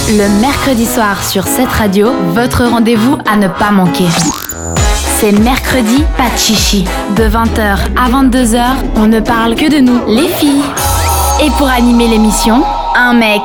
Le mercredi soir sur cette radio, votre rendez-vous à ne pas manquer. C'est mercredi, pas de chichi. De 20h à 22h, on ne parle que de nous, les filles. Et pour animer l'émission, un mec.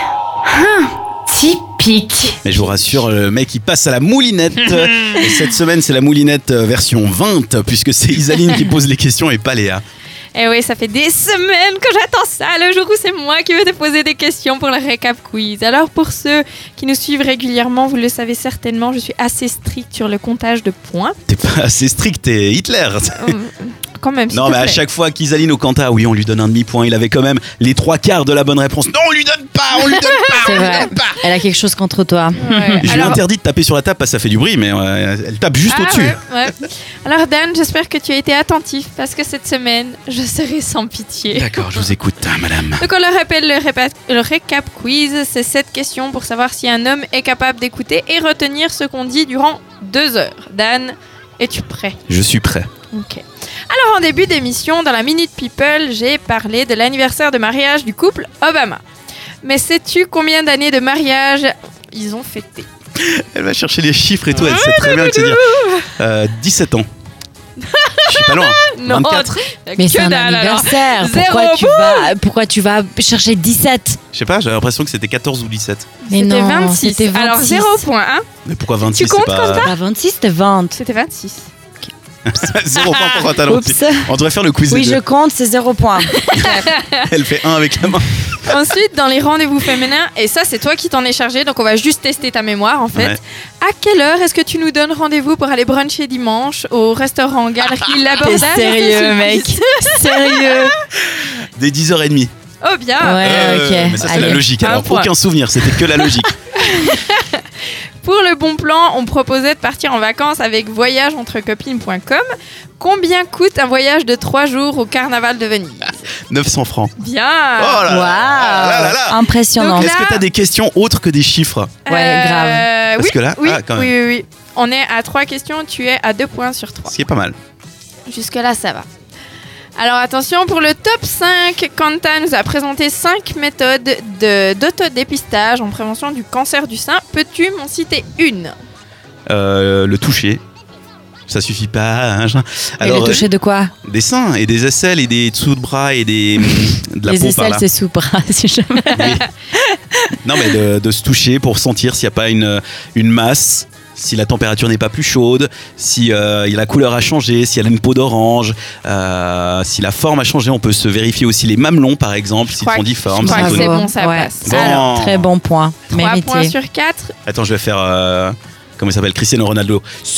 Typique. Mais je vous rassure, le mec il passe à la moulinette. Et cette semaine c'est la moulinette version 20, puisque c'est Isaline qui pose les questions et pas Léa. Eh oui, ça fait des semaines que j'attends ça, le jour où c'est moi qui vais te poser des questions pour le récap quiz. Alors pour ceux qui nous suivent régulièrement, vous le savez certainement, je suis assez stricte sur le comptage de points. T'es pas assez strict, t'es Hitler. Quand même, s'il Non, te mais à plaît. chaque fois qu'Isaline au Quentin, oui, on lui donne un demi-point. Il avait quand même les 3/4 de la bonne réponse. Non, on lui donne pas, on lui donne pas, C'est on lui vrai. donne pas. Elle a quelque chose contre toi. Ouais. Je lui ai interdit de taper sur la table parce que ça fait du bruit, mais elle tape juste au-dessus. Ouais. Alors Dan, j'espère que tu as été attentif parce que cette semaine, je serai sans pitié. D'accord, je vous écoute, madame. Donc on le rappelle, le récap quiz, c'est 7 questions pour savoir si un homme est capable d'écouter et retenir ce qu'on dit durant 2 heures. Dan, es-tu prêt? Je suis prêt. Ok. Alors en début d'émission, dans la Minute People, j'ai parlé de l'anniversaire de mariage du couple Obama. Mais sais-tu combien d'années de mariage ils ont fêté? Elle va chercher les chiffres et tout, elle sait très bien que c'est dire. 17 ans. Je suis pas loin. Non, 24. Mais que c'est un dalle, alors. anniversaire. Zéro. Pourquoi tu vas chercher 17? Je sais pas, j'avais l'impression que c'était 14 ou 17. Mais C'était non, 26. c'était 26. Alors 0 point, hein? Mais pourquoi 26? Tu comptes c'est comme pas... La 26, c'était 20. C'était 26. 0 point pour un talent. Oups. On devrait faire le quiz Oui, des je deux. compte, c'est 0 point. Elle fait 1 avec la main. Ensuite, dans les rendez-vous féminins, et ça c'est toi qui t'en es chargé, donc on va juste tester ta mémoire en fait. Ouais. À quelle heure est-ce que tu nous donnes rendez-vous pour aller bruncher dimanche au restaurant Galerie L'Abordage? T'es sérieux, mec. Sérieux. Dès 10h30. Oh bien. Ouais, ok. Mais ça c'est Allez. la logique, Un alors point. aucun souvenir, c'était que la logique. Pour le bon plan, on proposait de partir en vacances avec voyageentrecopines.com. Combien coûte un voyage de 3 jours au carnaval de Venise? 900 francs. Bien. Oh là là, là là là. Impressionnant. Donc Est-ce que t'as des questions autres que des chiffres? Ouais, grave. Parce Oui, que là, oui, quand même. oui. On est à 3 questions, tu es à 2 points sur 3. Ce qui est pas mal. Jusque-là, ça va. Alors attention, pour le top 5, Quentin nous a présenté 5 méthodes d'autodépistage en prévention du cancer du sein. Peux-tu m'en citer une? Le toucher. Ça suffit pas. Hein, Et le toucher de quoi? des seins et des aisselles et des dessous de bras et de la Les peau par aisselles, là. c'est sous bras, si jamais. Oui. Non, mais de se toucher pour sentir s'il n'y a pas une masse, si la température n'est pas plus chaude, si la couleur a changé, si elle a une peau d'orange, si la forme a changé. On peut se vérifier aussi les mamelons, par exemple, s'ils sont difformes. je crois que s'ils c'est sont- bon, ça Ouais. passe. Bon. Alors, Très bon point. 3 Mérité. points sur 4. Attends, je vais faire... comment il s'appelle? Cristiano Ronaldo. Si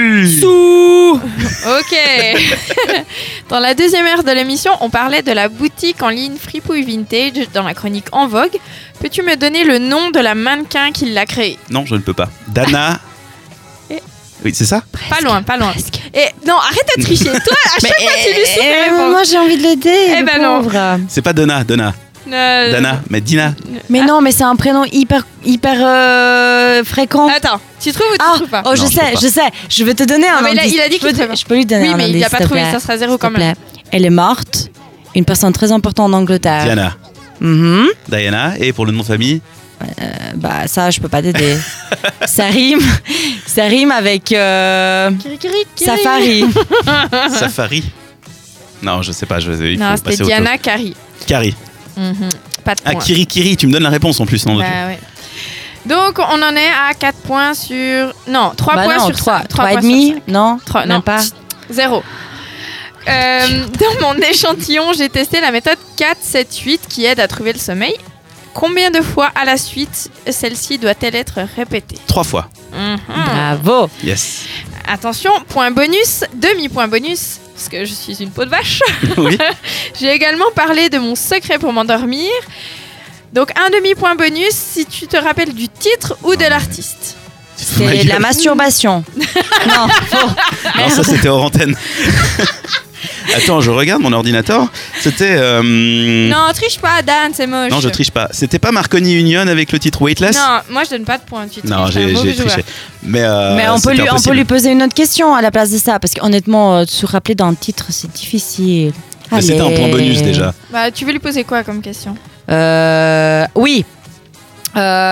Ok. Dans la deuxième heure de l'émission, on parlait de la boutique en ligne Fripouille Vintage dans la chronique En Vogue. Peux-tu me donner le nom de la mannequin qui l'a créée? Non, je ne peux pas. Dana... Et- Oui, c'est ça? Pas loin, pas loin. Et non, arrête de tricher. Toi, à chaque fois, tu lui souffles les réponses. moi, j'ai envie de l'aider. Eh le ben non. pauvre. C'est pas Dana. Dana, mais Dina. Mais non, mais c'est un prénom hyper fréquent. Attends, tu trouves ou tu Ah, trouves pas? oh, Non, je je sais, trouve pas. je sais. Je vais te donner un Non, mais là, indice. il a dit qu'il trouvait pas. Je peux lui donner Oui, un mais indice. il a pas s'il te trouvé, plaît. ça sera 0 S'il quand te même. plaît. Elle est morte. Une personne très importante d'Angleterre. Diana. Mhm. Diana. Et pour le nom de famille? Bah ça, je peux pas t'aider. ça rime avec Safari. Safari. Non, je sais pas. Il Non, faut c'était passer au Diana Carey. Carré. Pas de Ah, points. Kiri, tu me donnes la réponse en plus, non? Bah, ouais. Donc, on en est à 4 points sur... Non, 3 Bah points non, sur 3 5. 3 et points demi, sur 5. non, 3, même non, pas. 0. Dans mon échantillon, j'ai testé la méthode 4-7-8 qui aide à trouver le sommeil. Combien de fois à la suite celle-ci doit-elle être répétée? 3 fois. Bravo. Yes. Attention, point bonus, demi-point bonus, parce que je suis une peau de vache. Oui. J'ai également parlé de mon secret pour m'endormir. Donc un demi-point bonus si tu te rappelles du titre ou de l'artiste. C'est de la masturbation. Non, faux. Non, ça c'était hors antenne. Attends, je regarde mon ordinateur. C'était. Non, triche pas, Dan, c'est moche. Non, je triche pas. C'était pas Marconi Union avec le titre Weightless? Non, moi je donne pas de points. Tu triches, Non, t'es un j'ai mauvais triché. joueur. Mais on c'était peut impossible. lui poser une autre question à la place de ça, parce qu'honnêtement, se rappeler d'un titre, c'est difficile. Mais c'était un Allez. point bonus déjà. Bah, tu veux lui poser quoi comme question? Oui.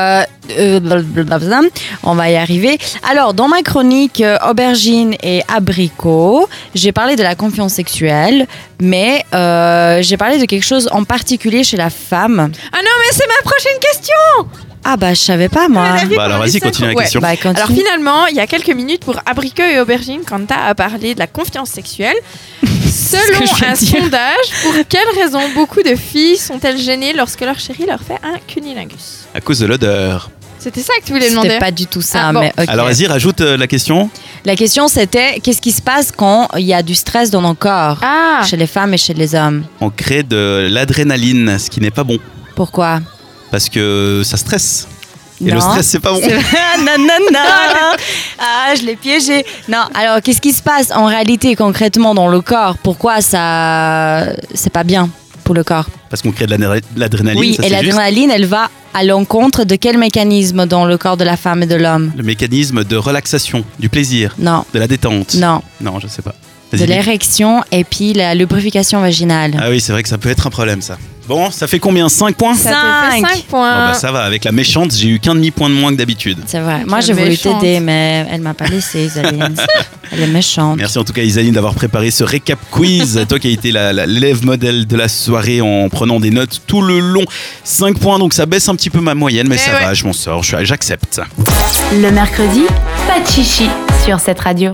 blablabla. On va y arriver. Alors, dans ma chronique aubergine et abricot, j'ai parlé de la confiance sexuelle, mais j'ai parlé de quelque chose en particulier chez la femme. Ah non, mais c'est ma prochaine question. Ah bah, je savais pas, moi. On avait Bah alors parlé vas-y, ça continue la pour- question. Bah, continue. Alors finalement, il y a quelques minutes pour abricot et aubergine, Kanta a parlé de la confiance sexuelle. Selon que je viens un de dire. sondage, pour quelle raison beaucoup de filles sont-elles gênées lorsque leur chéri leur fait un cunilingus? À cause de l'odeur. C'était ça que tu voulais demander? C'était pas du tout ça, Ah, bon. mais ok. Alors vas-y, rajoute la question. La question, c'était qu'est-ce qui se passe quand il y a du stress dans nos corps, Ah, chez les femmes et chez les hommes? On crée de l'adrénaline, ce qui n'est pas bon. Pourquoi? Parce que ça stresse. Et Non. le stress, c'est pas bon. C'est- non, non, non. Ah, je l'ai piégé. Non, alors qu'est-ce qui se passe en réalité, concrètement, dans le corps? Pourquoi ça, c'est pas bien pour le corps? Parce qu'on crée de l'adrénaline. Oui, ça, et c'est juste. l'adrénaline, elle va à l'encontre de quel mécanisme dans le corps de la femme et de l'homme? Le mécanisme de relaxation, du plaisir, Non, de la détente. non, Non, je sais pas. de Vas-y. l'érection et puis la lubrification vaginale. Ah oui, c'est vrai que ça peut être un problème, ça. Bon, ça fait combien? 5 points? ça te fait 5 5. Bon, points. bah, ça va, avec la méchante, j'ai eu qu'un demi-point de moins que d'habitude. C'est vrai. Moi, Quelle j'ai voulu méchante. t'aider, mais elle m'a pas laissé, Isaline. Elle est méchante. Merci en tout cas Isaline d'avoir préparé ce récap quiz. Toi qui as été l'élève modèle de la soirée en prenant des notes tout le long. 5 points, donc ça baisse un petit peu ma moyenne, mais Eh ça ouais. va, je m'en sors, j'accepte. Le mercredi, pas de chichi sur cette radio.